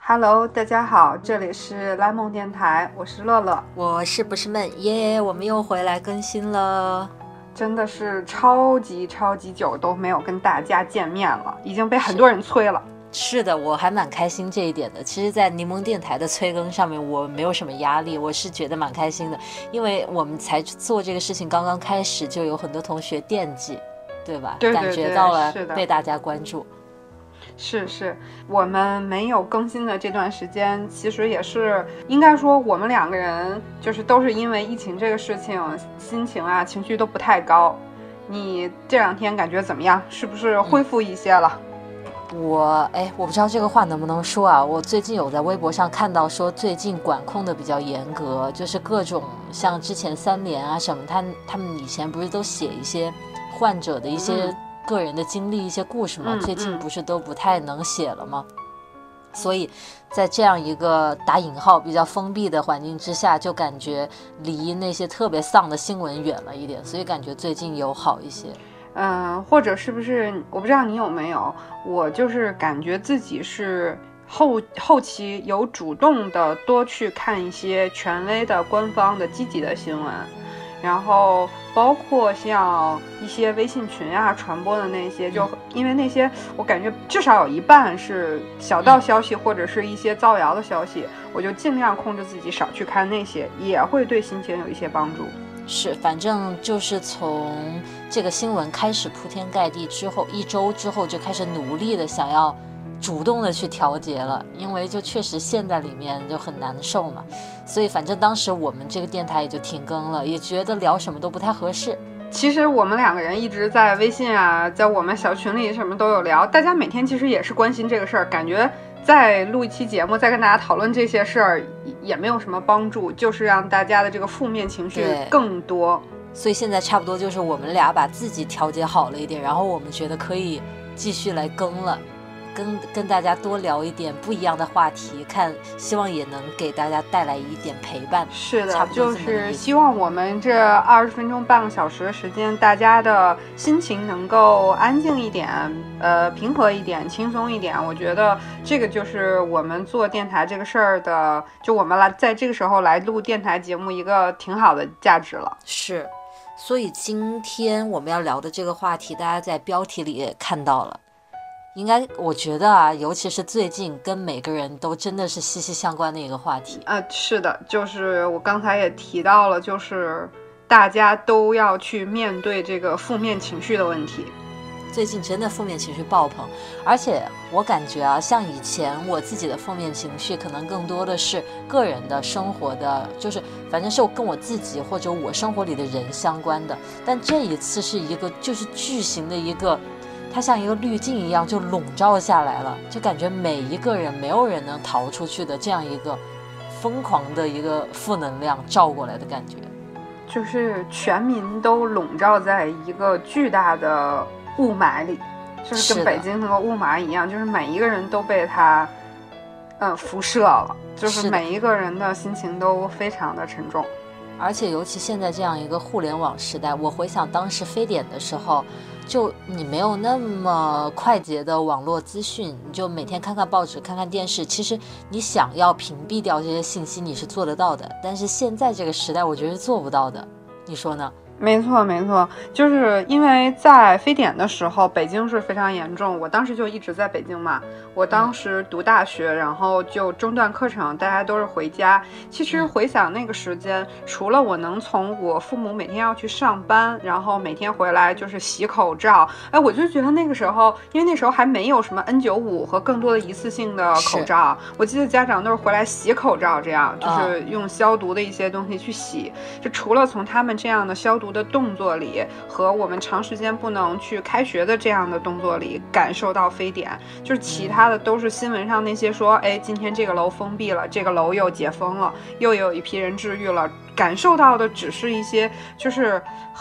Hello，大家好，这里是蓝梦电台，我是乐乐， 我是不是闷耶？我们又回来更新了， 真的是超级久都没有跟大家见面了，已经被很多人催了。 是的，我还蛮开心这一点的。其实，在柠檬电台的催更上面，我没有什么压力，我是觉得蛮开心的，因为我们才做这个事情刚刚开始，就有很多同学惦记，对吧？ 对， 感觉到了被大家关注。 是，我们没有更新的这段时间，其实也是应该说我们两个人就是都是因为疫情这个事情，心情啊情绪都不太高。你这两天感觉怎么样？是不是恢复一些了？ 我不知道这个话能不能说啊。我最近有在微博上看到说，最近管控的比较严格，就是各种像之前3联啊什么，他们以前不是都写一些患者的一些个人的经历、一些故事嘛，最近不是都不太能写了吗？所以在这样一个打引号比较封闭的环境之下，就感觉离那些特别丧的新闻远了一点，所以感觉最近有好一些。 或者是不是我不知道你有没有，我就是感觉自己是后期有主动的多去看一些权威的官方的积极的新闻，然后包括像一些微信群啊传播的那些，就因为那些我感觉至少有一半是小道消息或者是一些造谣的消息，我就尽量控制自己少去看那些，也会对心情有一些帮助。 是，反正就是从这个新闻开始铺天盖地之后，1周之后就开始努力的想要主动的去调节了，因为就确实陷在里面就很难受嘛，所以反正当时我们这个电台也就停更了，也觉得聊什么都不太合适。 其实我们两个人一直在微信啊，在我们小群里什么都有聊，大家每天其实也是关心这个事儿，感觉再录一期节目再跟大家讨论这些事儿也没有什么帮助，就是让大家的这个负面情绪更多。 所以现在差不多就是我们俩把自己调节好了一点，然后我们觉得可以继续来更了，跟大家多聊一点不一样的话题，希望也能给大家带来一点陪伴。 是的，就是希望我们这20分钟半个小时的时间，大家的心情能够安静一点，平和一点，轻松一点。我觉得这个就是我们做电台这个事儿的，就我们在这个时候来录电台节目一个挺好的价值了。 是，所以今天我们要聊的这个话题，大家在标题里也看到了。应该我觉得啊，尤其是最近跟每个人都真的是息息相关的一个话题。 是的，就是我刚才也提到了，就是大家都要去面对这个负面情绪的问题。 最近真的负面情绪爆棚，而且我感觉啊，像以前我自己的负面情绪可能更多的是个人的生活的，就是反正是跟我自己或者我生活里的人相关的，但这一次是一个就是巨型的一个，它像一个滤镜一样就笼罩下来了，就感觉每一个人没有人能逃出去的这样一个疯狂的一个负能量照过来的感觉， 就是全民都笼罩在一个巨大的雾霾里，就是跟北京那个雾霾一样，就是每一个人都被它辐射了，就是每一个人的心情都非常的沉重。 而且尤其现在这样一个互联网时代，我回想当时非典的时候，就你没有那么快捷的网络资讯，你就每天看看报纸看看电视，其实你想要屏蔽掉这些信息你是做得到的，但是现在这个时代我觉得是做不到的，你说呢？ 没错，就是因为在非典的时候，北京是非常严重。我当时就一直在北京嘛，我当时读大学，然后就中断课程，大家都是回家。其实回想那个时间，除了我能从我父母每天要去上班，然后每天回来就是洗口罩，我就觉得那个时候，因为那时候还没有什么 N95 和更多的一次性的口罩，我记得家长都是回来洗口罩，这样就是用消毒的一些东西去洗。就除了从他们这样的消毒的动作里和我们长时间不能去开学的这样的动作里感受到非典，就是其他的都是新闻上那些说今天这个楼封闭了，这个楼又解封了，又有一批人治愈了，感受到的只是一些就是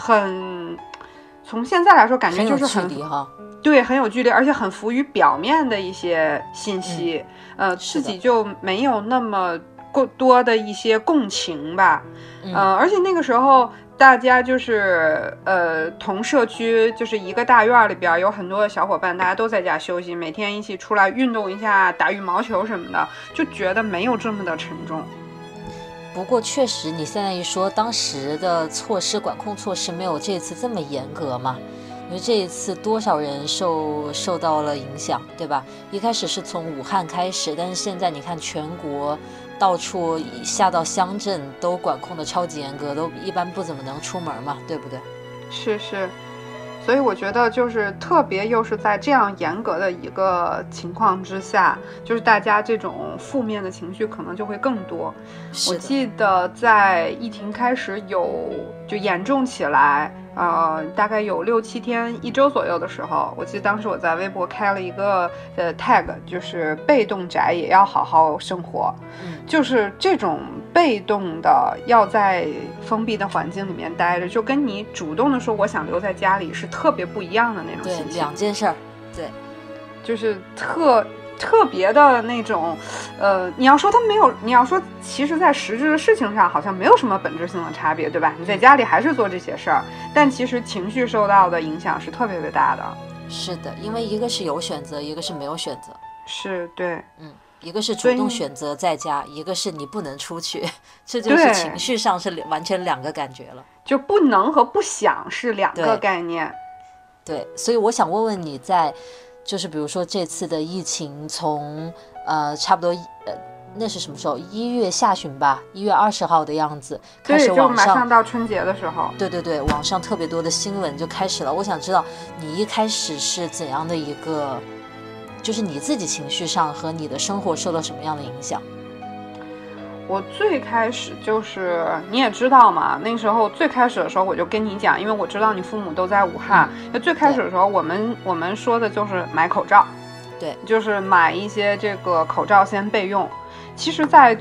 从现在来说感觉就是很有距离，而且很浮于表面的一些信息，自己就没有那么更多的一些共情吧。而且那个时候大家就是同社区就是一个大院里边有很多的小伙伴，大家都在家休息，每天一起出来运动一下，打羽毛球什么的，就觉得没有这么的沉重。 不过确实你现在一说，当时的管控措施没有这次这么严格嘛，因为这一次多少人受到了影响，对吧？一开始是从武汉开始，但是现在你看全国到处下到乡镇都管控的超级严格，都一般不怎么能出门嘛，对不对？ 是，所以我觉得就是特别又是在这样严格的一个情况之下，就是大家这种负面的情绪可能就会更多。我记得在疫情开始就严重起来，大概有6、7天1周左右的时候，我记得当时我在微博开了一个tag， 就是被动宅也要好好生活。就是这种被动的要在封闭的环境里面待着，就跟你主动的说我想留在家里是特别不一样的那种心情。 对，两件事儿。对， 就是特别的那种，你要说它没有，你要说其实在实质的事情上好像没有什么本质性的差别，对吧？你在家里还是做这些事儿，但其实情绪受到的影响是特别大的。 是的，因为一个是有选择，一个是没有选择。 是，对， 一个是主动选择在家，一个是你不能出去，这就是情绪上是完全两个感觉了。 就不能和不想是两个概念。 对，所以我想问问你在，就是比如说这次的疫情从差不多那是什么时候？1月下旬吧，1月20号的样子开始， 就马上到春节的时候。 对，网上特别多的新闻就开始了。我想知道你一开始是怎样的一个，就是你自己情绪上和你的生活受到什么样的影响？ 我最开始就是你也知道嘛，那时候最开始的时候我就跟你讲，因为我知道你父母都在武汉，最开始的时候我们说的就是买口罩， 对， 就是买一些这个口罩先备用。其实在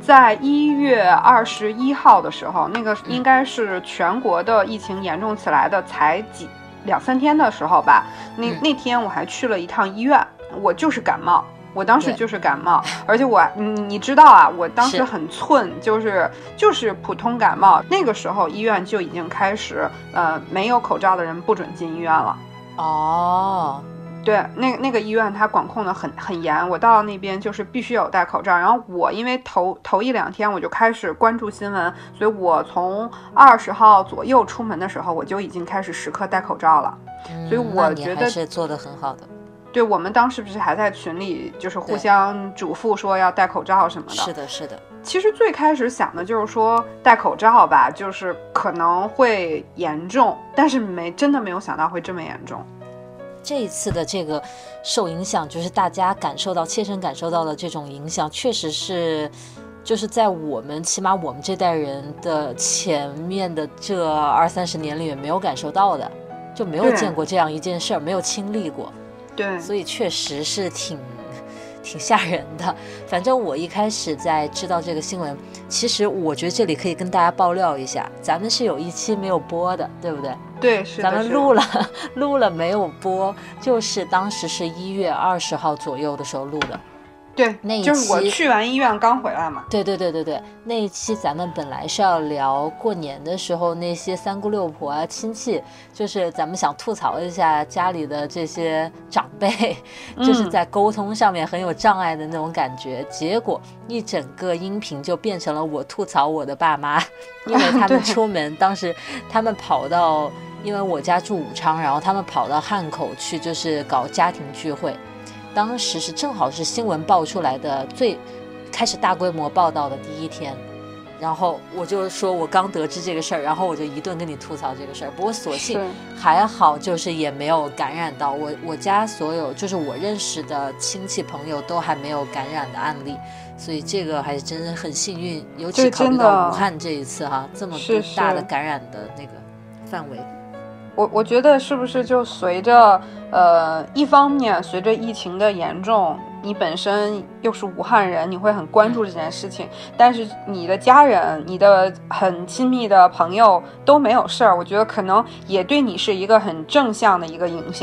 1月21号的时候，那个应该是全国的疫情严重起来的才2、3天的时候吧。那天我还去了一趟医院，我就是感冒。我当时就是感冒，而且你知道啊，我当时很寸，就是普通感冒。那个时候医院就已经开始，没有口罩的人不准进医院了。 哦， 对，那个医院它管控的很严，我到那边就是必须有戴口罩。然后我因为头1、2天我就开始关注新闻，所以我从20号左右出门的时候，我就已经开始时刻戴口罩了。所以我觉得你还是做得很好的。 对，我们当时不是还在群里就是互相嘱咐说要戴口罩什么的。 是的。 其实最开始想的就是说戴口罩吧，就是可能会严重，但是真的没有想到会这么严重。 这一次的这个受影响，就是大家切身感受到的这种影响，确实是就是在起码我们这代人的前面的这20-30年里面没有感受到的，就没有见过这样一件事儿，没有亲历过。 对， 所以确实是挺吓人的。反正我一开始在知道这个新闻，其实我觉得这里可以跟大家爆料一下，咱们是有一期没有播的，对不对？ 对，是的。 咱们录了没有播，就是当时是1月20号左右的时候录的。 对， 那一期就是我去完医院刚回来嘛。 对，那一期咱们本来是要聊过年的时候那些三姑六婆啊亲戚，就是咱们想吐槽一下家里的这些长辈，就是在沟通上面很有障碍的那种感觉。结果一整个音频就变成了我吐槽我的爸妈，因为他们出门当时他们跑到，因为我家住武昌，然后他们跑到汉口去就是搞家庭聚会。当时是正好是新闻爆出来的最开始大规模报道的第1天，然后我就说我刚得知这个事儿，然后我就一顿跟你吐槽这个事儿。不过所幸还好，就是也没有感染到我家所有就是我认识的亲戚朋友都还没有感染的案例，所以这个还是真的很幸运，尤其考虑到武汉这一次这么大的感染的那个范围。 我觉得是不是就随着一方面随着疫情的严重，你本身又是武汉人，你会很关注这件事情，但是你的家人你的很亲密的朋友都没有事儿，我觉得可能也对你是一个很正向的一个影响，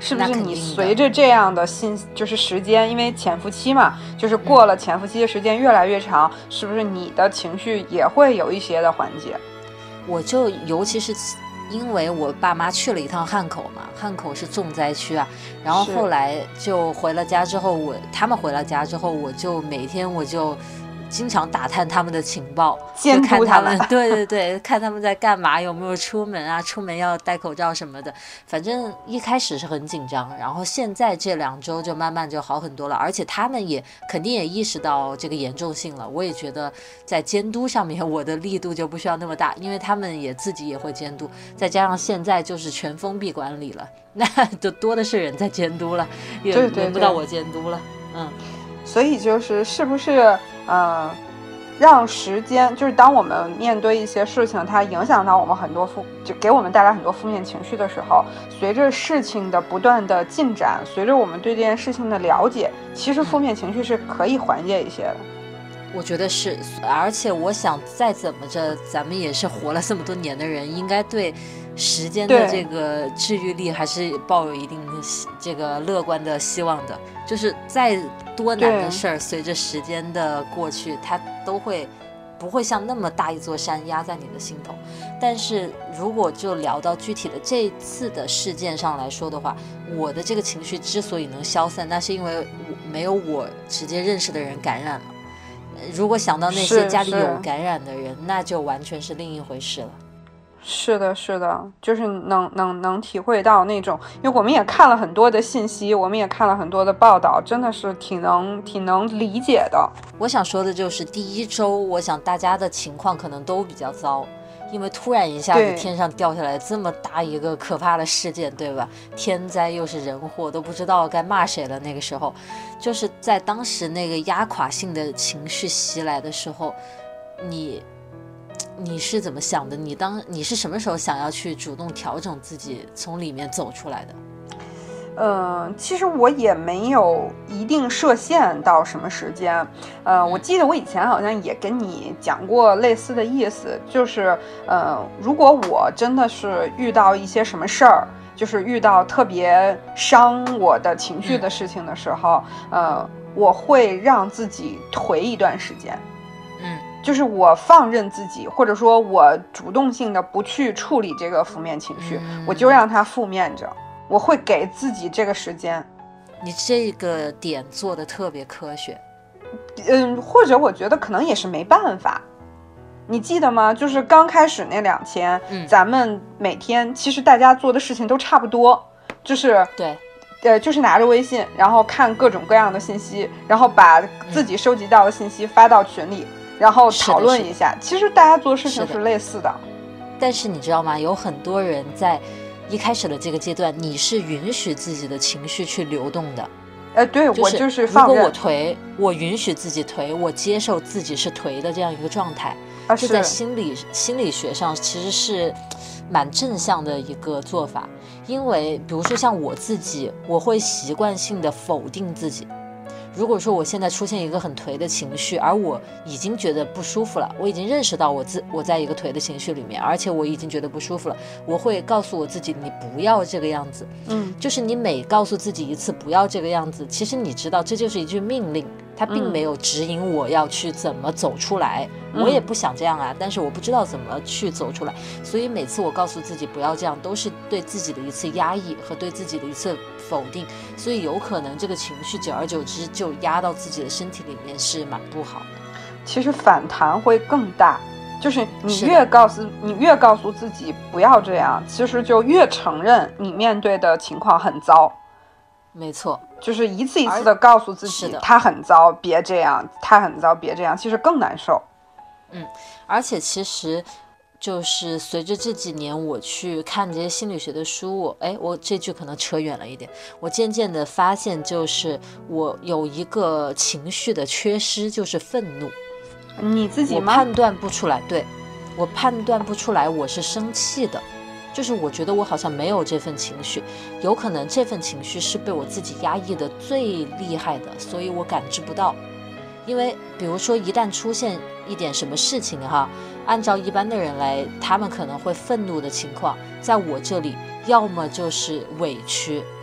是不是你随着这样的就是时间，因为潜伏期嘛，就是过了潜伏期的时间越来越长，是不是你的情绪也会有一些的缓解？ 我就尤其是因为我爸妈去了一趟汉口嘛，汉口是重灾区啊，然后后来就回了家之后，他们回了家之后，我就每天我就经常打探他们的情报， 监督他们， 对，看他们在干嘛，有没有出门啊，出门要戴口罩什么的。反正一开始是很紧张，然后现在这2周就慢慢就好很多了，而且他们也肯定也意识到这个严重性了。我也觉得在监督上面我的力度就不需要那么大，因为他们也自己也会监督，再加上现在就是全封闭管理了，那就多的是人在监督了，也轮不到我监督了。 所以是不是让时间，就是当我们面对一些事情，它影响到我们很多就给我们带来很多负面情绪的时候，随着事情的不断的进展，随着我们对这件事情的了解，其实负面情绪是可以缓解一些的。 我觉得是，而且我想再怎么着，咱们也是活了这么多年的人，应该对时间的这个治愈力还是抱有一定的这个乐观的希望的。就是再多难的事儿，随着时间的过去，它都不会像那么大一座山压在你的心头。但是如果就聊到具体的这次的事件上来说的话，我的这个情绪之所以能消散，那是因为没有我直接认识的人感染了。如果想到那些家里有感染的人，那就完全是另一回事了。 是的，就是能体会到那种，因为我们也看了很多的信息，我们也看了很多的报道，真的是挺能理解的。 我想说的就是第1周，我想大家的情况可能都比较糟，因为突然一下子天上掉下来这么大一个可怕的事件，对吧？天灾又是人祸，都不知道该骂谁了。那个时候，就是在当时那个压垮性的情绪袭来的时候，你是怎么想的？你是什么时候想要去主动调整自己，从里面走出来的？ 其实我也没有一定设限到什么时间。我记得我以前好像也跟你讲过类似的意思，就是如果我真的是遇到一些什么事儿，就是遇到特别伤我的情绪的事情的时候，我会让自己颓一段时间。就是我放任自己，或者说我主动性的不去处理这个负面情绪，我就让它负面着，我会给自己这个时间。 你这个点做的特别科学。 或者我觉得可能也是没办法。你记得吗？就是刚开始那2天，咱们每天其实大家做的事情都差不多，就是对， 就是拿着微信，然后看各种各样的信息，然后把自己收集到的信息发到群里，然后讨论一下。其实大家做事情是类似的。 但是你知道吗？有很多人在一开始的这个阶段，你是允许自己的情绪去流动的。 对，我就是放任。 如果我颓，我允许自己颓，我接受自己是颓的这样一个状态，这在心理学上其实是蛮正向的一个做法。因为比如说像我自己，我会习惯性的否定自己。如果说我现在出现一个很颓的情绪，而我已经觉得不舒服了，我已经认识到我在一个颓的情绪里面，而且我已经觉得不舒服了，我会告诉我自己，你不要这个样子。就是你每告诉自己一次不要这个样子，其实你知道这就是一句命令，它并没有指引我要去怎么走出来。我也不想这样啊，但是我不知道怎么去走出来，所以每次我告诉自己不要这样，都是对自己的一次压抑和对自己的一次否定，所以有可能这个情绪久而久之就压到自己的身体里面，是蛮不好的。 其实反弹会更大，就是你越告诉自己不要这样，其实就越承认你面对的情况很糟。 没错， 就是一次一次的告诉自己他很糟，别这样，他很糟，别这样，其实更难受。 而且其实就是随着这几年我去看这些心理学的书，我这句可能扯远了一点，我渐渐的发现，就是我有一个情绪的缺失，就是愤怒。 你自己吗？ 我判断不出来，对，我判断不出来我是生气的，就是我觉得我好像没有这份情绪，有可能这份情绪是被我自己压抑的最厉害的，所以我感知不到。因为比如说一旦出现一点什么事情按照一般的人来，他们可能会愤怒的情况，在我这里要么就是委屈，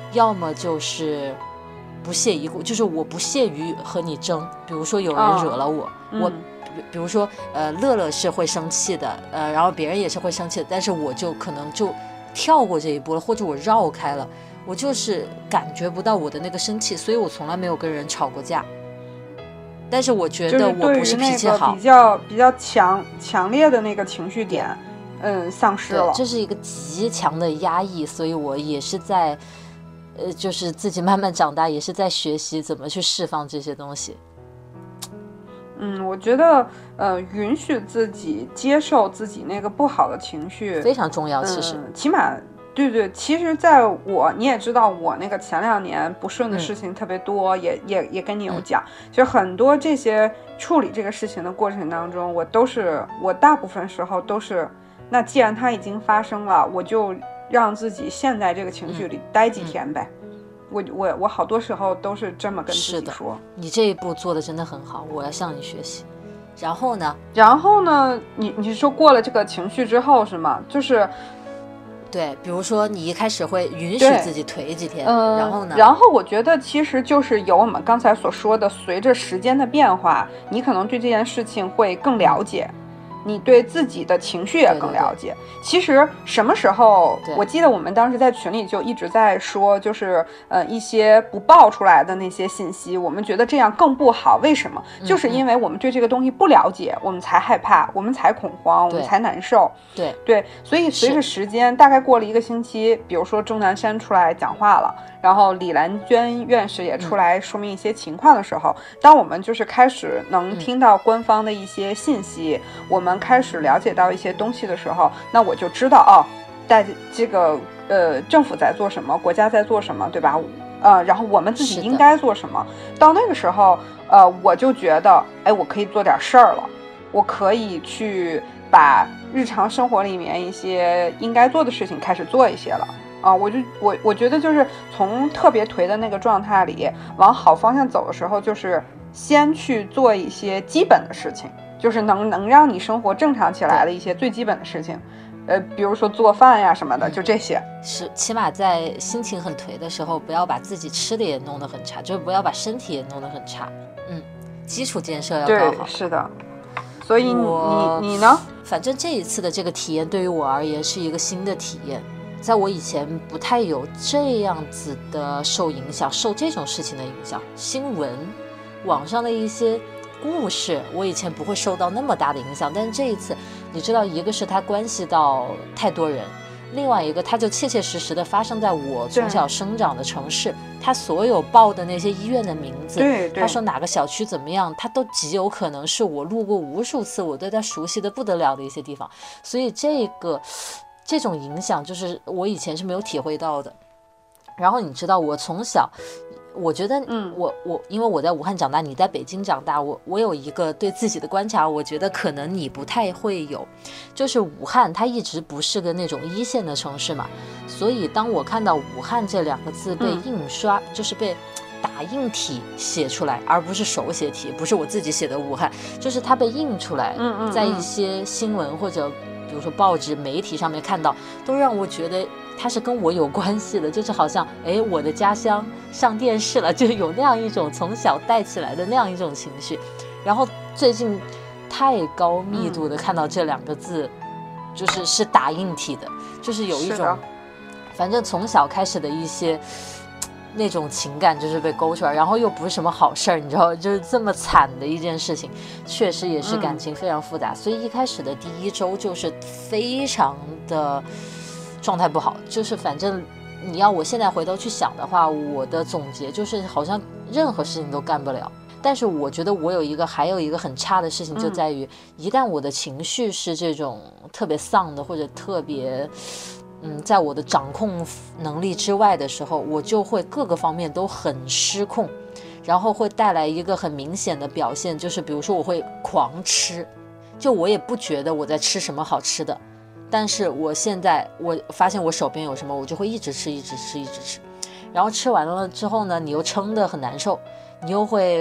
要么就是不屑一顾，就是我不屑于和你争。比如说有人惹了我，我比如说乐乐是会生气的，然后别人也是会生气的，但是我就可能就跳过这一步了，或者我绕开了，我就是感觉不到我的那个生气，所以我从来没有跟人吵过架。但是我觉得我不是脾气好， 比较强烈的那个情绪点，丧失了。 这是一个极强的压抑，所以我也是在，就是自己慢慢长大，也是在学习怎么去释放这些东西。 我觉得允许自己接受自己那个不好的情绪非常重要。其实， 起码对，其实在你也知道我那个前2年不顺的事情特别多，也跟你有讲，就很多这些处理这个事情的过程当中，我大部分时候都是，那既然它已经发生了，我就让自己陷在这个情绪里待几天呗。我好多时候都是这么跟自己说。 你这一步做的真的很好，我要向你学习。然后呢，你说过了这个情绪之后是吗？就是对，比如说你一开始会允许自己颓几天，然后呢？ 然后我觉得其实就是有我们刚才所说的，随着时间的变化，你可能对这件事情会更了解，你对自己的情绪也更了解。其实什么时候，我记得我们当时在群里就一直在说，就是一些不爆出来的那些信息，我们觉得这样更不好。为什么？就是因为我们对这个东西不了解，我们才害怕，我们才恐慌，我们才难受。对，所以随着时间，大概过了1个星期，比如说钟南山出来讲话了，然后李兰娟院士也出来说明一些情况的时候，当我们就是开始能听到官方的一些信息，我们开始了解到一些东西的时候，那我就知道在这个政府在做什么，国家在做什么，对吧？然后我们自己应该做什么。到那个时候，我就觉得，我可以做点事儿了，我可以去把日常生活里面一些应该做的事情开始做一些了。我觉得就是从特别颓的那个状态里往好方向走的时候，就是先去做一些基本的事情，就是能让你生活正常起来的一些最基本的事情，比如说做饭呀什么的，就这些。 是，起码在心情很颓的时候，不要把自己吃的也弄得很差，就是不要把身体也弄得很差。基础建设要搞好。 对，是的。所以你呢？ 反正这一次的这个体验对于我而言是一个新的体验，在我以前不太有这样子的受这种事情的影响。新闻网上的一些故事，我以前不会受到那么大的影响，但是这一次，你知道，一个是它关系到太多人，另外一个它就切切实实的发生在我从小生长的城市，它所有报的那些医院的名字，他说哪个小区怎么样，它都极有可能是我路过无数次，我对它熟悉的不得了的一些地方，所以这种影响就是我以前是没有体会到的。然后你知道，我从小，我觉得因为我在武汉长大，你在北京长大，我有一个对自己的观察，我觉得可能你不太会有，就是武汉它一直不是个那种1线的城市嘛，所以当我看到武汉这2个字被印刷，就是被打印体写出来，而不是手写体，不是我自己写的武汉，就是它被印出来，在一些新闻或者比如说报纸媒体上面看到，都让我觉得它是跟我有关系的，就是好像我的家乡上电视了，就有那样一种从小带起来的那样一种情绪。然后最近太高密度的看到这2个字，是打印体的，就是有一种反正从小开始的一些那种情感就是被勾出来，然后又不是什么好事儿，你知道，就是这么惨的一件事情，确实也是感情非常复杂。所以一开始的第1周就是非常的状态不好，就是反正你要我现在回头去想的话，我的总结就是好像任何事情都干不了。但是我觉得我还有一个很差的事情，就在于一旦我的情绪是这种特别丧的，或者特别在我的掌控能力之外的时候，我就会各个方面都很失控，然后会带来一个很明显的表现，就是比如说我会狂吃，就我也不觉得我在吃什么好吃的，但是我发现我手边有什么，我就会一直吃，然后吃完了之后呢，你又撑得很难受，你又会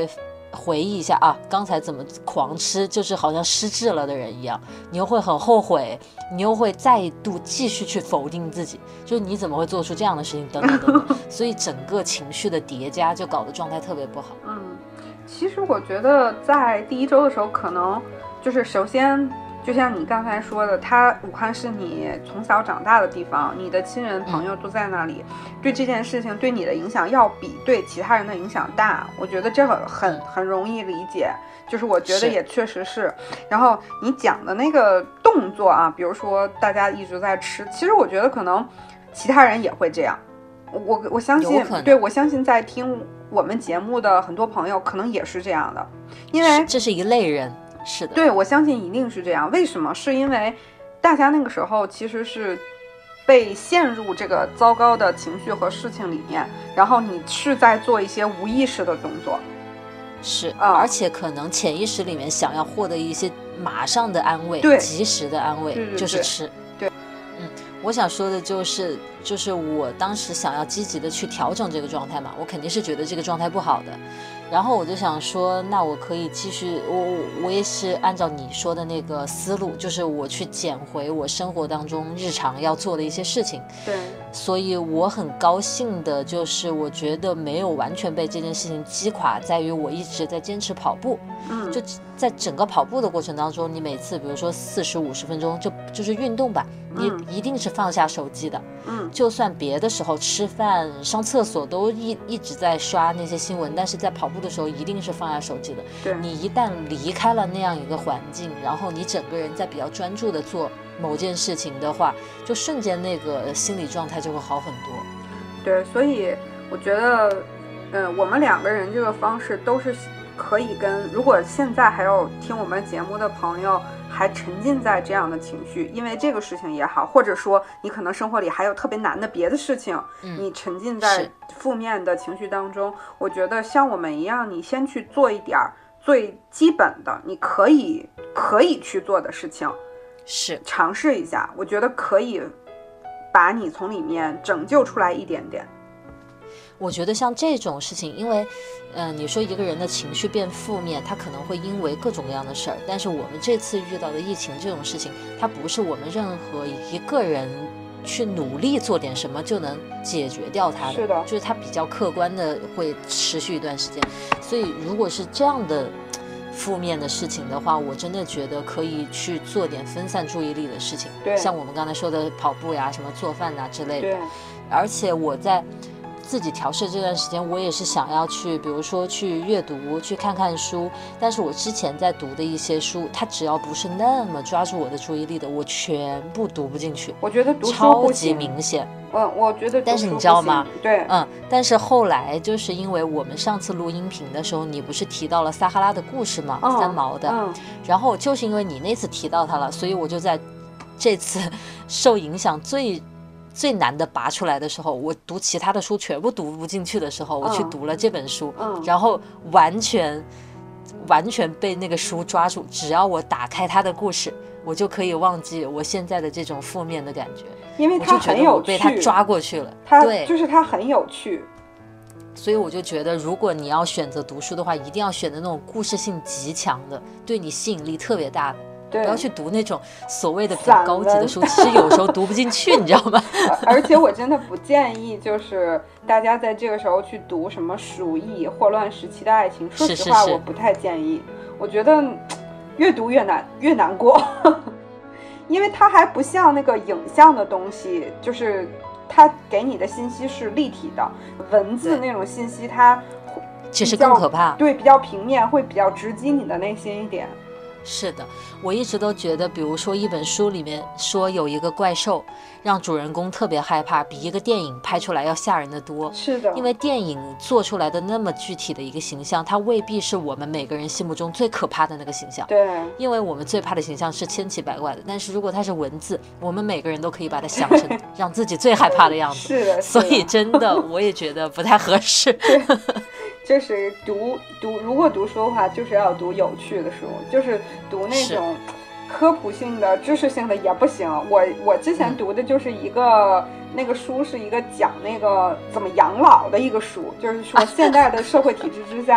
回忆一下啊，刚才怎么狂吃，就是好像失智了的人一样，你又会很后悔，你又会再度继续去否定自己，就是你怎么会做出这样的事情，等等等等，所以整个情绪的叠加就搞得状态特别不好。 其实我觉得在第一周的时候，可能就是首先就像你刚才说的，武汉是你从小长大的地方，你的亲人朋友都在那里，对这件事情对你的影响要比对其他人的影响大，我觉得这个很容易理解，就是我觉得也确实是。然后你讲的那个动作啊，比如说大家一直在吃，其实我觉得可能其他人也会这样，我相信，对，我相信在听我们节目的很多朋友可能也是这样的，因为这是一类人。是的， 对，我相信一定是这样。为什么？是因为大家那个时候其实是被陷入这个糟糕的情绪和事情里面，然后你是在做一些无意识的动作， 是，而且可能潜意识里面想要获得一些马上的安慰， 对， 及时的安慰， 对就是吃。 对， 我想说的就是我当时想要积极的去调整这个状态嘛，我肯定是觉得这个状态不好的。然后我就想说，那我可以继续，我也是按照你说的那个思路，就是我去捡回我生活当中日常要做的一些事情。 对， 所以我很高兴的就是我觉得没有完全被这件事情击垮，在于我一直在坚持跑步。就在整个跑步的过程当中，你每次比如说40-50分钟就是运动吧，你一定是放下手机的。就算别的时候吃饭上厕所都一直在刷那些新闻，但是在跑步的时候一定是放下手机的。 对， 你一旦离开了那样一个环境，然后你整个人在比较专注的做某件事情的话，就瞬间那个心理状态就会好很多。 对，所以我觉得我们两个人这个方式都是可以如果现在还有听我们节目的朋友还沉浸在这样的情绪，因为这个事情也好，或者说你可能生活里还有特别难的别的事情，你沉浸在负面的情绪当中，我觉得像我们一样，你先去做一点最基本的你可以去做的事情， 是尝试一下，我觉得可以把你从里面拯救出来一点点。 我觉得像这种事情，因为你说一个人的情绪变负面，他可能会因为各种各样的事儿，但是我们这次遇到的疫情这种事情，它不是我们任何一个人去努力做点什么就能解决掉它的， 是的， 就是它比较客观的会持续一段时间。所以如果是这样的负面的事情的话，我真的觉得可以去做点分散注意力的事情， 对， 像我们刚才说的跑步呀、什么做饭呐之类的。 对， 而且我在自己调试这段时间，我也是想要去，比如说去阅读，去看看书。但是我之前在读的一些书，它只要不是那么抓住我的注意力的，我全部读不进去。 我觉得读书超级明显。 我觉得读书不行。 但是你知道吗？ 对， 但是后来就是因为我们上次录音频的时候，你不是提到了撒哈拉的故事吗？三毛的。然后就是因为你那次提到它了，所以我就在这次受影响最难的拔出来的时候，我读其他的书全部读不进去的时候，我去读了这本书，然后完全被那个书抓住，只要我打开它的故事，我就可以忘记我现在的这种负面的感觉， 因为它很有趣， 我被它抓过去了。 对，就是它很有趣。 所以我就觉得，如果你要选择读书的话，一定要选择那种故事性极强的，对你吸引力特别大的。不要去读那种所谓的比较高级的书，其实有时候读不进去，你知道吗？ 而且我真的不建议，就是大家在这个时候去读什么《鼠疫》《霍乱时期的爱情》。说实话，我不太建议。我觉得越读越难过，因为它还不像那个影像的东西，就是它给你的信息是立体的，文字那种信息它其实更可怕。 对，比较平面，会比较直击你的内心一点。 是的，我一直都觉得，比如说一本书里面说有一个怪兽让主人公特别害怕，比一个电影拍出来要吓人的多。 是的， 因为电影做出来的那么具体的一个形象，它未必是我们每个人心目中最可怕的那个形象。 对， 因为我们最怕的形象是千奇百怪的，但是如果它是文字，我们每个人都可以把它想成让自己最害怕的样子。 是的， 所以真的我也觉得不太合适。 就是如果读书的话，就是要读有趣的书，就是读那种科普性的、知识性的也不行。我之前读的就是那个书是一个讲那个怎么养老的一个书，就是说现代的社会体制之下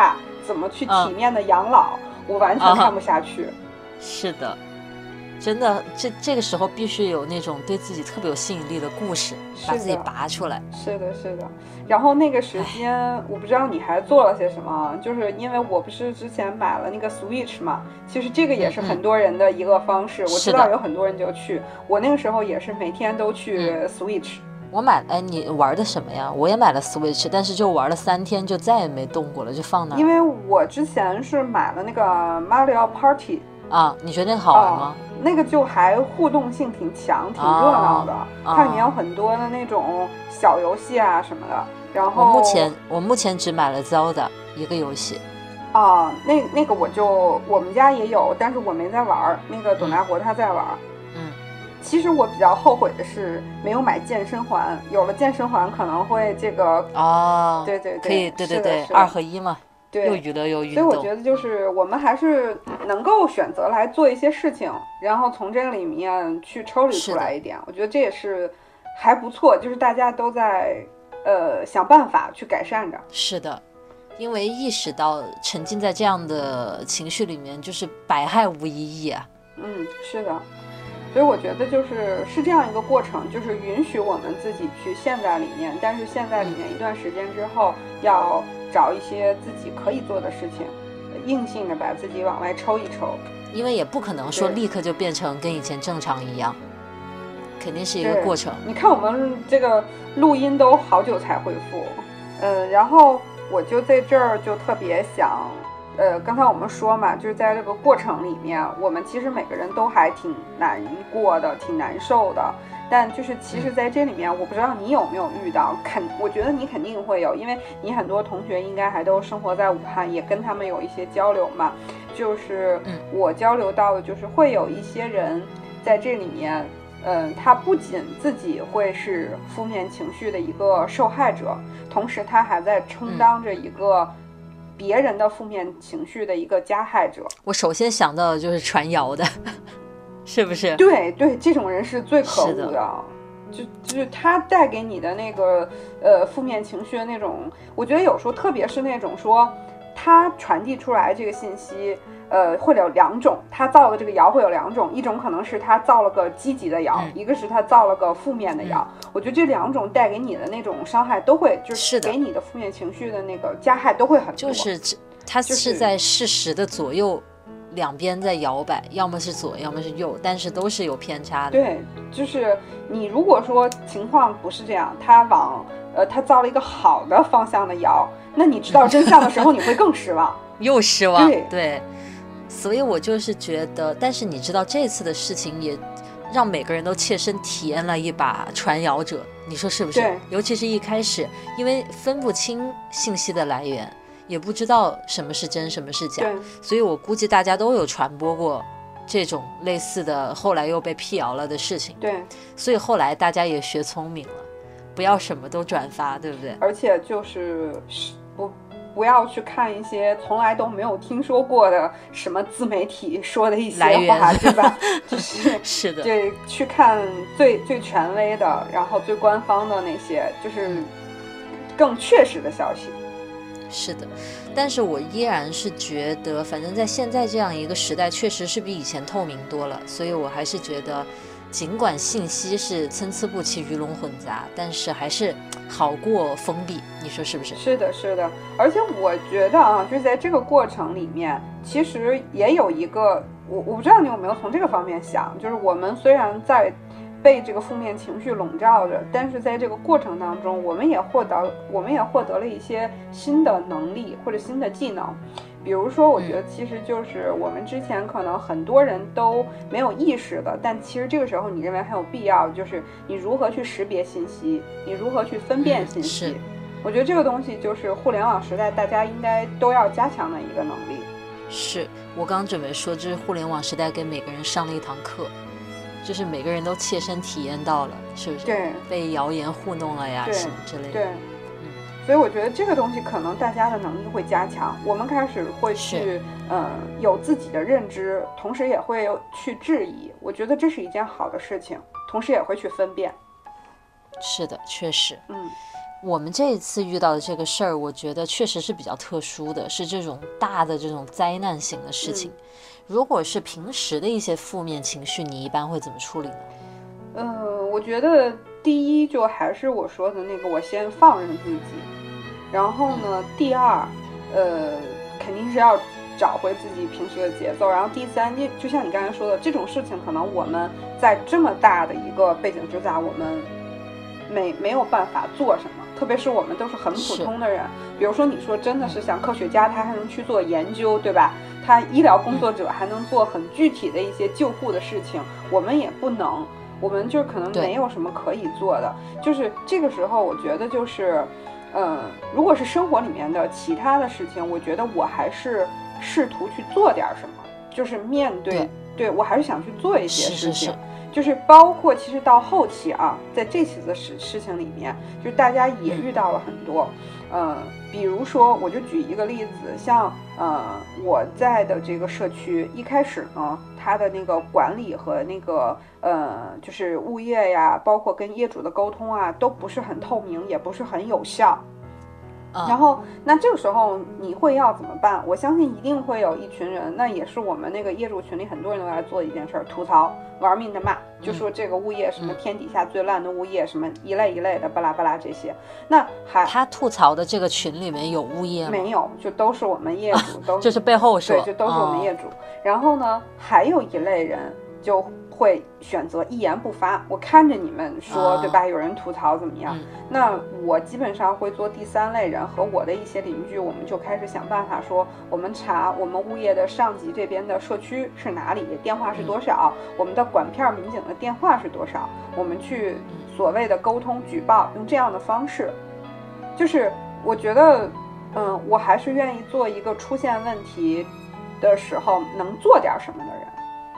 怎么去体面的养老，我完全看不下去。 是的，真的，这个时候必须有那种对自己特别有吸引力的故事，把自己拔出来。 是的，是的。然后那个时间，我不知道你还做了些什么，就是因为我不是之前买了那个 Switch 嘛，其实这个也是很多人的一个方式。我知道有很多人就去，我那个时候也是每天都去 Switch。 我买，你玩的什么呀？我也买了 Switch， 但是就玩了3天，就再也没动过了，就放那儿。 因为我之前是买了那个 Mario Party。 啊，你觉得那个好玩吗？ 那个就还互动性挺强，挺热闹的。它里面有很多的那种小游戏啊什么的。然后我目前只买了 Zelda 一个游戏。 那个我们家也有，但是我没在玩。那个董大国他在玩。其实我比较后悔的是没有买健身环，有了健身环可能会这个对对对， 可以，对对对，2合1嘛。 对， 又娱乐又运动。 所以我觉得就是我们还是能够选择来做一些事情，然后从这个里面去抽离出来一点，我觉得这也是还不错，就是大家都在想办法去改善着。 是的，因为意识到沉浸在这样的情绪里面就是百害无一益啊。 是的。所以我觉得是这样一个过程，就是允许我们自己去陷在里面，但是陷在里面一段时间之后，要找一些自己可以做的事情，硬性的把自己往外抽一抽。 因为也不可能说立刻就变成跟以前正常一样，肯定是一个过程。 你看我们这个录音都好久才恢复，然后我就在这儿就特别想。刚才我们说嘛，就是在这个过程里面，我们其实每个人都还挺难过的，挺难受的。但就是其实在这里面，我不知道你有没有遇到，我觉得你肯定会有，因为你很多同学应该还都生活在武汉，也跟他们有一些交流嘛。就是我交流到的，就是会有一些人在这里面，他不仅自己会是负面情绪的一个受害者，同时他还在充当着一个别人的负面情绪的一个加害者。 我首先想到的就是传谣的，是不是？ 对对，这种人是最可恶的。就是他带给你的那个负面情绪的那种，我觉得有时候特别是那种说他传递出来这个信息，会有2种，他造的这个谣会有2种，一种可能是他造了个积极的谣，一个是他造了个负面的谣。我觉得这2种带给你的那种伤害都会，就是给你的负面情绪的那个加害都会很多。 就是他是在事实的左右两边在摇摆，要么是左，要么是右，但是都是有偏差的。 对，就是你如果说情况不是这样，他造了一个好的方向的谣，那你知道真相的时候，你会更失望， 又失望。对。所以我就是觉得，但是你知道这次的事情也让每个人都切身体验了一把传谣者，你说是不是？尤其是一开始，因为分不清信息的来源，也不知道什么是真什么是假，所以我估计大家都有传播过这种类似的后来又被辟谣了的事情。 对， 所以后来大家也学聪明了，不要什么都转发，对不对？ 而且就是不要去看一些从来都没有听说过的什么自媒体说的一些话，对吧？ 是的， 对，去看最权威的，然后最官方的那些，就是更确实的消息。 是的，但是我依然是觉得，反正在现在这样一个时代，确实是比以前透明多了，所以我还是觉得，尽管信息是参差不齐、鱼龙混杂，但是还是好过封闭，你说是不是？ 是的，是的。而且我觉得啊，就是在这个过程里面，其实也有一个，我不知道你有没有从这个方面想，就是我们虽然在被这个负面情绪笼罩着，但是在这个过程当中，我们也获得了一些新的能力或者新的技能。比如说，我觉得其实就是我们之前可能很多人都没有意识的，但其实这个时候你认为很有必要，就是你如何去识别信息，你如何去分辨信息。我觉得这个东西就是互联网时代大家应该都要加强的一个能力。 是我刚准备说，这是互联网时代给每个人上了一堂课，就是每个人都切身体验到了，是不是？ 对， 被谣言糊弄了呀，什么之类的。 对。所以我觉得这个东西可能大家的能力会加强，我们开始会去有自己的认知，同时也会去质疑，我觉得这是一件好的事情，同时也会去分辨。 是的，确实。 我们这一次遇到的这个事儿，我觉得确实是比较特殊的，是这种大的这种灾难型的事情。如果是平时的一些负面情绪，你一般会怎么处理呢？ 我觉得第一就还是我说的那个，我先放任自己，然后呢，第二，肯定是要找回自己平时的节奏，然后第三，就像你刚才说的，这种事情可能我们在这么大的一个背景之下，我们没有办法做什么，特别是我们都是很普通的人。比如说你说真的是像科学家，他还能去做研究，对吧？他医疗工作者还能做很具体的一些救护的事情，我们也不能，我们就可能没有什么可以做的。就是这个时候，我觉得就是，如果是生活里面的其他的事情，我觉得我还是试图去做点什么，就是面对，对我还是想去做一些事情。就是包括其实到后期啊，在这次的事情里面，就是大家也遇到了很多，比如说我就举一个例子，像我在的这个社区一开始呢，它的那个管理和那个就是物业呀，包括跟业主的沟通啊，都不是很透明，也不是很有效。然后那这个时候你会要怎么办？我相信一定会有一群人，那也是我们那个业主群里很多人都来做的一件事，吐槽，玩命的骂，就说这个物业什么天底下最烂的物业，什么一类一类的巴拉巴拉这些。那他吐槽的这个群里面有物业吗？ 没有，就都是我们业主，都就是背后说， 对，就都是我们业主。然后呢，还有一类人就会选择一言不发，我看着你们说，对吧？有人吐槽怎么样？那我基本上会做第三类人，和我的一些邻居，我们就开始想办法说，我们查我们物业的上级这边的社区是哪里，电话是多少，我们的管片民警的电话是多少，我们去所谓的沟通举报，用这样的方式。就是我觉得，我还是愿意做一个出现问题的时候能做点什么的人。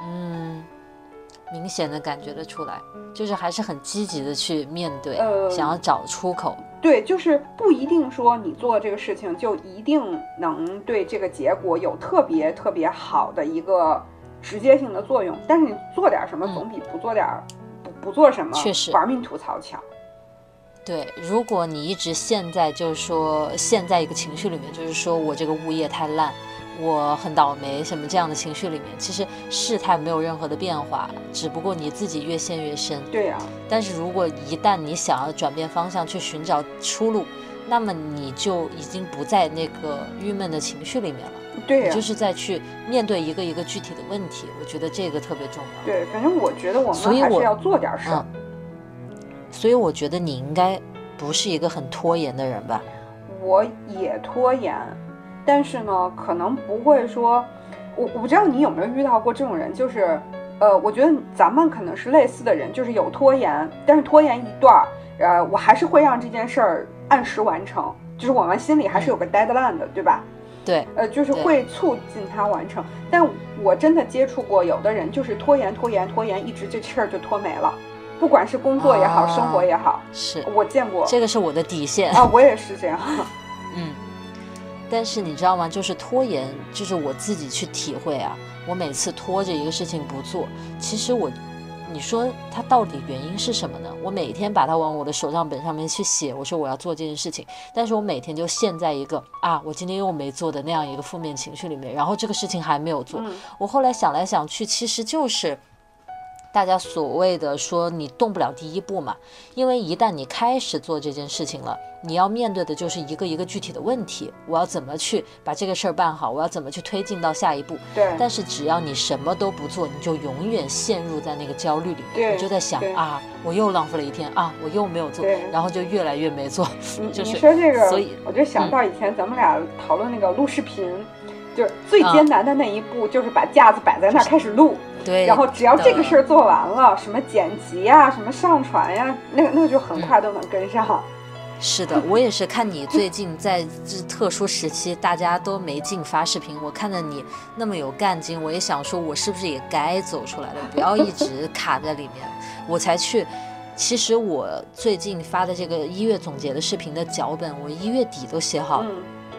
明显的感觉得出来，就是还是很积极的去面对，想要找出口。 对，就是不一定说你做这个事情就一定能对这个结果有特别特别好的一个直接性的作用，但是你做点什么总比不做点不做什么确实玩命吐槽强。 对，如果你一直陷在就是说陷在一个情绪里面，就是说我这个物业太烂，我很倒霉什么这样的情绪里面，其实事态没有任何的变化，只不过你自己越陷越深。 对呀。 但是如果一旦你想要转变方向去寻找出路，那么你就已经不在那个郁闷的情绪里面了。 对呀。 你就是在去面对一个一个具体的问题，我觉得这个特别重要。 对，反正我觉得我们还是要做点事儿。 所以我觉得你应该不是一个很拖延的人吧？ 我也拖延。但是呢，可能不会说，我不知道你有没有遇到过这种人，就是，我觉得咱们可能是类似的人，就是有拖延，但是拖延一段，我还是会让这件事儿按时完成，就是我们心里还是有个 deadline 的，对吧？ 对， 就是会促进它完成。但我真的接触过有的人，就是拖延，一直这事儿就拖没了。不管是工作也好，生活也好， 是我见过， 这个是我的底线啊，我也是这样。 但是你知道吗？就是拖延，就是我自己去体会啊。我每次拖着一个事情不做，其实你说它到底原因是什么呢？我每天把它往我的手账本上面去写，我说我要做这件事情，但是我每天就陷在一个我今天又没做的那样一个负面情绪里面，然后这个事情还没有做。我后来想来想去，其实就是大家所谓的说你动不了第一步嘛，因为一旦你开始做这件事情了，你要面对的就是一个一个具体的问题，我要怎么去把这个事儿办好，我要怎么去推进到下一步。 对。 但是只要你什么都不做，你就永远陷入在那个焦虑里面，你就在想我又浪费了一天我又没有做，然后就越来越没做。就是你说这个， 所以我就想到以前咱们俩讨论那个录视频，就是最艰难的那一步，就是把架子摆在那儿开始录。 对， 然后只要这个事儿做完了，什么剪辑啊，什么上传呀，那个就很快都能跟上。 是的，我也是看你最近在这特殊时期大家都没劲发视频，我看着你那么有干劲，我也想说我是不是也该走出来了，不要一直卡在里面。我才去，其实我最近发的这个1月总结的视频的脚本，我1月底都写好了。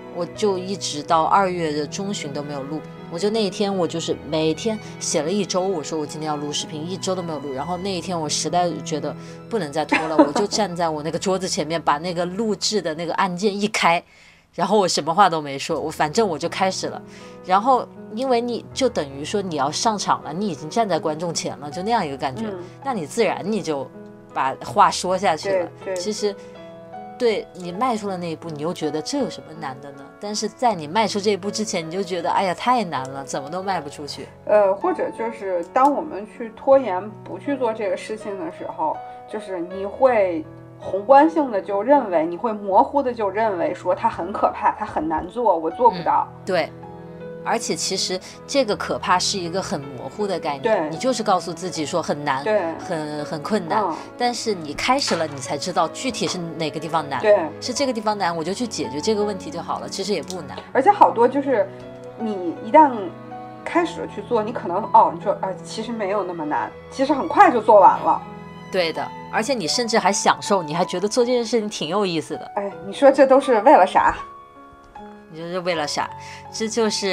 我就一直到2月的中旬都没有录。我就那一天，我就是每天写了1周，我说我今天要录视频，1周都没有录。然后那一天我实在觉得不能再拖了，我就站在我那个桌子前面，把那个录制的那个按键一开，然后我什么话都没说，反正我就开始了。然后因为你就等于说你要上场了，你已经站在观众前了，就那样一个感觉，那你自然你就把话说下去了。其实对你迈出了那一步，你又觉得这有什么难的呢？但是在你迈出这一步之前，你就觉得哎呀太难了，怎么都迈不出去。 或者就是当我们去拖延不去做这个事情的时候，就是你会宏观性的就认为，你会模糊的就认为说它很可怕，它很难做，我做不到。 对。而且其实这个可怕是一个很模糊的概念，你就是告诉自己说很难，很困难，但是你开始了，你才知道具体是哪个地方难，是这个地方难，我就去解决这个问题就好了，其实也不难。 而且好多就是你一旦开始了去做，你可能你说其实没有那么难，其实很快就做完了。 对的，而且你甚至还享受，你还觉得做这件事情挺有意思的。 你说这都是为了啥？ 你说这为了啥？这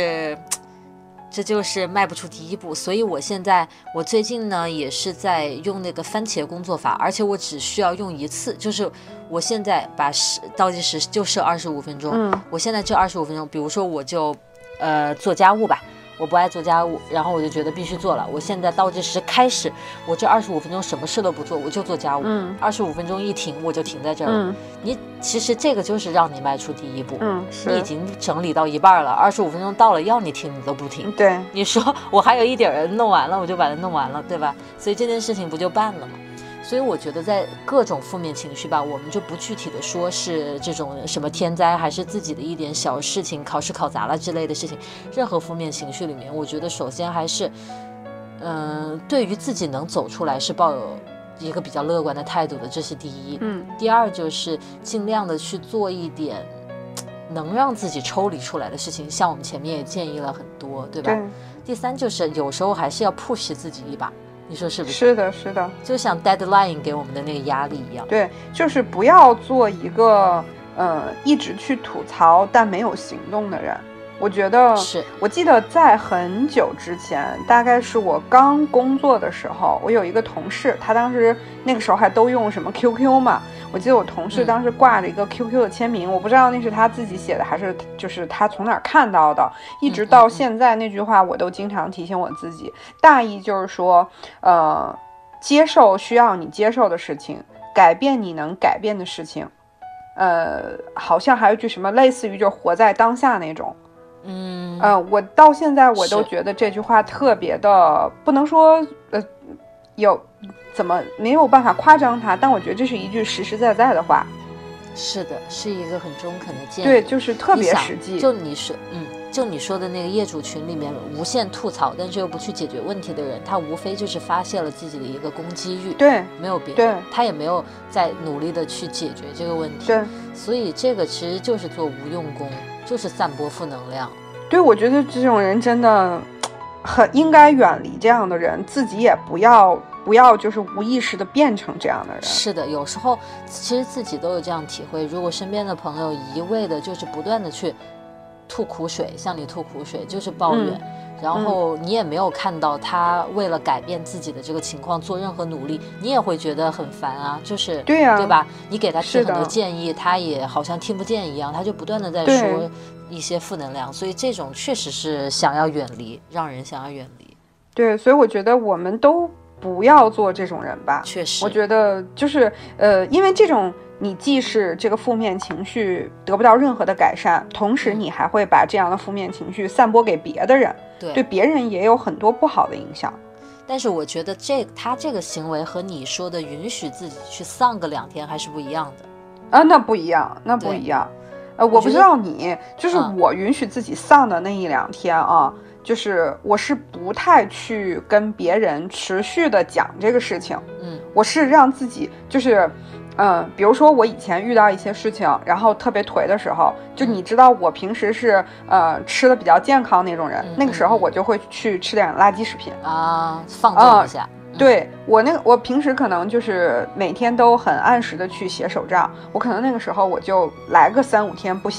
就是迈不出第一步。所以我最近呢也是在用那个番茄工作法，而且我只需要用1次，就是我现在把倒计时就设25分钟，我现在这25分钟，比如说我就做家务吧，我不爱做家务，然后我就觉得必须做了，我现在倒计时开始，我这25分钟什么事都不做，我就做家务，25分钟一停我就停在这儿了。你其实这个就是让你迈出第一步，你已经整理到一半了，25分钟到了，要你停你都不停。 对， 你说我还有一点弄完了，我就把它弄完了，对吧？所以这件事情不就办了吗？所以我觉得在各种负面情绪吧，我们就不具体的说是这种什么天灾，还是自己的一点小事情，考试考砸了之类的事情，任何负面情绪里面，我觉得首先还是对于自己能走出来是抱有一个比较乐观的态度的，这是第一。第二就是尽量的去做一点能让自己抽离出来的事情，像我们前面也建议了很多，对吧？第三就是有时候还是要 push 自己一把，你说是不是？ 是的，是的， 就像 deadline 给我们的那个压力一样。 对，就是不要做一个一直去吐槽但没有行动的人。我觉得是， 我记得在很久之前，大概是我刚工作的时候，我有一个同事，他当时那个时候还都用什么 QQ 嘛，我记得我同事当时挂着一个 QQ 的签名，我不知道那是他自己写的还是就是他从哪儿看到的，一直到现在那句话我都经常提醒我自己，大意就是说接受需要你接受的事情，改变你能改变的事情，好像还有一句什么类似于就是活在当下那种。我到现在我都觉得这句话特别的，不能说有怎么没有办法夸张它，但我觉得这是一句实实在在的话。 是的，是一个很中肯的建议。 对，就是特别实际。 就你说的那个业主群里面无限吐槽，但是又不去解决问题的人，他无非就是发泄了自己的一个攻击欲， 对， 没有别的，他也没有在努力的去解决这个问题。 对， 所以这个其实就是做无用功，就是散播负能量。 对，我觉得这种人真的很应该远离这样的人，自己也不要就是无意识的变成这样的人。 是的，有时候其实自己都有这样体会，如果身边的朋友一味的就是不断的去吐苦水，向你吐苦水，就是抱怨，然后你也没有看到他为了改变自己的这个情况做任何努力，你也会觉得很烦啊，就是对啊， 对吧？你给他提很多建议，他也好像听不见一样，他就不断的在说一些负能量，所以这种确实是想要远离，让人想要远离。 对，所以我觉得我们都不要做这种人吧。 确实， 我觉得就是因为这种你既是这个负面情绪得不到任何的改善，同时你还会把这样的负面情绪散播给别的人，对别人也有很多不好的影响。 但是我觉得他这个行为和你说的允许自己去丧个2天还是不一样的。 那不一样，那不一样。我不知道你，就是我允许自己丧的那1-2天啊，就是我是不太去跟别人持续的讲这个事情。我是让自己就是比如说我以前遇到一些事情，然后特别颓的时候，就你知道我平时是吃的比较健康那种人，那个时候我就会去吃点垃圾食品啊，放纵一下。 对，我平时可能就是每天都很按时的去写手账，我可能那个时候我就来个3-5天不写，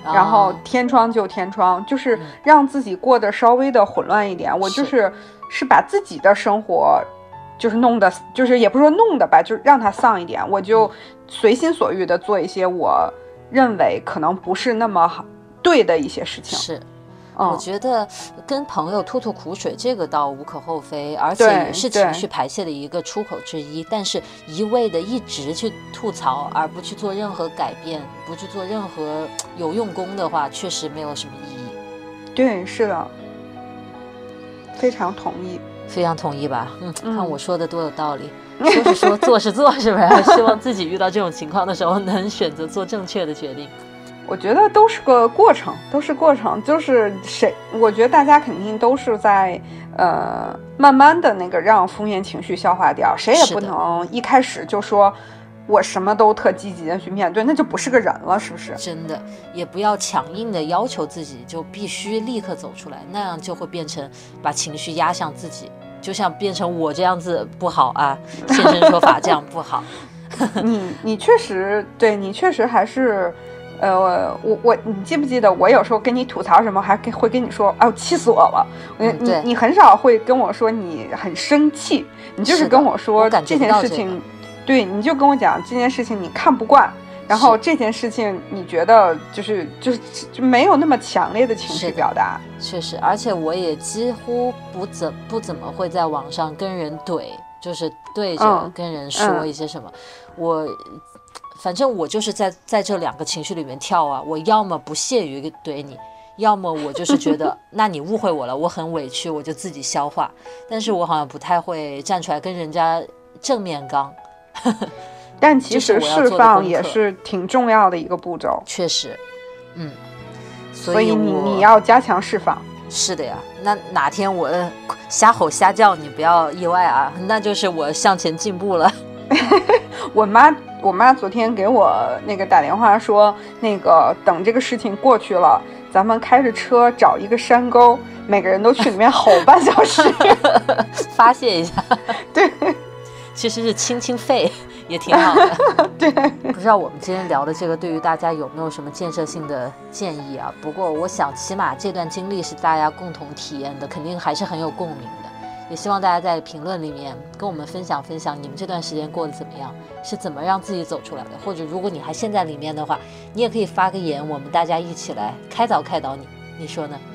然后天窗就天窗，就是让自己过得稍微的混乱一点。我就是把自己的生活就是弄得，就是也不是说弄的吧，就是让它丧一点，我就随心所欲的做一些我认为可能不是那么好对的一些事情。 是。我觉得跟朋友吐吐苦水，这个倒无可厚非，而且也是情绪排泄的一个出口之一。但是一味的一直去吐槽，而不去做任何改变，不去做任何有用功的话，确实没有什么意义。 对，是的，非常同意， 非常同意吧？看我说的多有道理。说是说，做是做，是不是？希望自己遇到这种情况的时候，能选择做正确的决定。 我觉得都是个过程，就是我觉得大家肯定都是在慢慢的那个让负面情绪消化掉，谁也不能一开始就说我什么都特积极的去面对，那就不是个人了，是不是？ 真的，也不要强硬的要求自己就必须立刻走出来，那样就会变成把情绪压向自己，就像变成我这样子不好啊，现身说法这样不好。 你确实对，你确实还是。你记不记得我有时候跟你吐槽什么，还会跟你说，哎呦气死我了。你很少会跟我说你很生气，你就是跟我说这件事情，对，你就跟我讲这件事情你看不惯，然后这件事情你觉得就没有那么强烈的情绪表达。 确实，而且我也几乎不怎么会在网上跟人怼，就是对着跟人说一些什么，反正我就是在这两个情绪里面跳啊，我要么不屑于怼你，要么我就是觉得那你误会我了，我很委屈，我就自己消化。但是我好像不太会站出来跟人家正面刚。 但其实释放也是挺重要的一个步骤。 确实， 所以你要加强释放。 是的呀，那哪天我瞎吼瞎叫，你不要意外啊，那就是我向前进步了。 我妈昨天给我那个打电话说，那个等这个事情过去了，咱们开着车找一个山沟，每个人都去里面吼半小时， 发泄一下。 对， 其实是清清肺也挺好的。 对， 不知道我们今天聊的这个对于大家有没有什么建设性的建议啊？不过我想起码这段经历是大家共同体验的，肯定还是很有共鸣的。也希望大家在评论里面跟我们分享分享你们这段时间过得怎么样，是怎么让自己走出来的，或者如果你还陷在里面的话，你也可以发个言，我们大家一起来开导你，你说呢？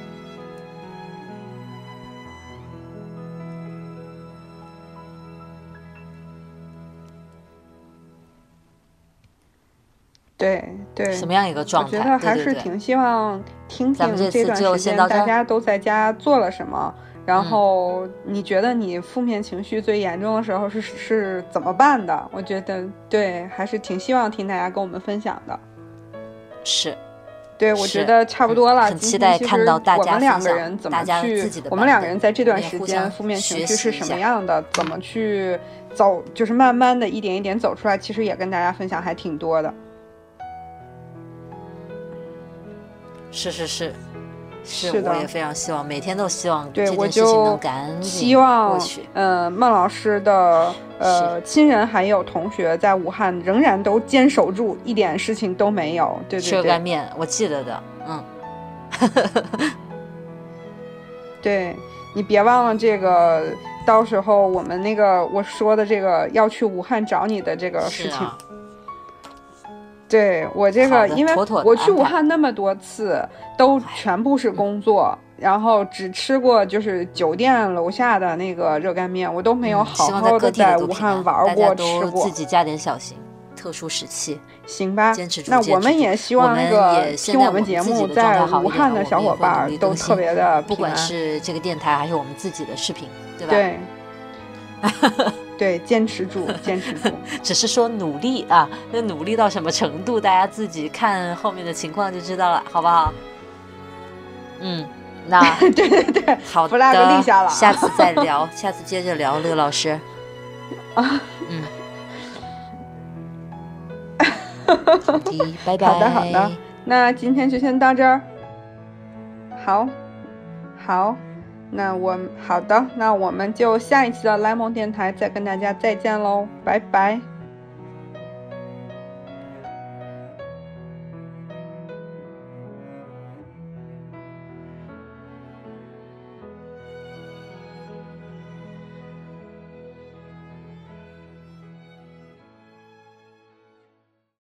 对对， 什么样一个状态？ 我觉得还是挺希望听听这段时间大家都在家做了什么，然后你觉得你负面情绪最严重的时候是怎么办的？我觉得对，还是挺希望听大家跟我们分享的。 是， 对，我觉得差不多了。 很期待看到大家我们两个人怎么去，我们两个人在这段时间负面情绪是什么样的，怎么去走，就是慢慢的一点一点走出来。其实也跟大家分享还挺多的。 是的，我也非常希望，每天都希望这件事情能赶紧过去。 孟老师的亲人还有同学在武汉仍然都坚守住，一点事情都没有。对对对， 吃干面我记得的， 对，你别忘了这个，到时候我们那个我说的这个要去武汉找你的这个事情。对，我这个因为我去武汉那么多次都全部是工作，然后只吃过就是酒店楼下的那个热干面，我都没有好好的在武汉玩过吃过。 自己加点小心，特殊时期行吧，那我们也希望那个听我们节目在武汉的小伙伴都特别的平安， 不管是这个电台还是我们自己的视频，对吧？ 对对，坚持住，坚持住。 只是说努力啊，那努力到什么程度，大家自己看后面的情况就知道了，好不好？那对对对， 好的， flag 立下了， 下次再聊，下次接着聊，乐老师。好的，拜拜。 好的，那今天就先到这儿。好。好的，那我们就下一期的莱蒙电台再跟大家再见喽，拜拜。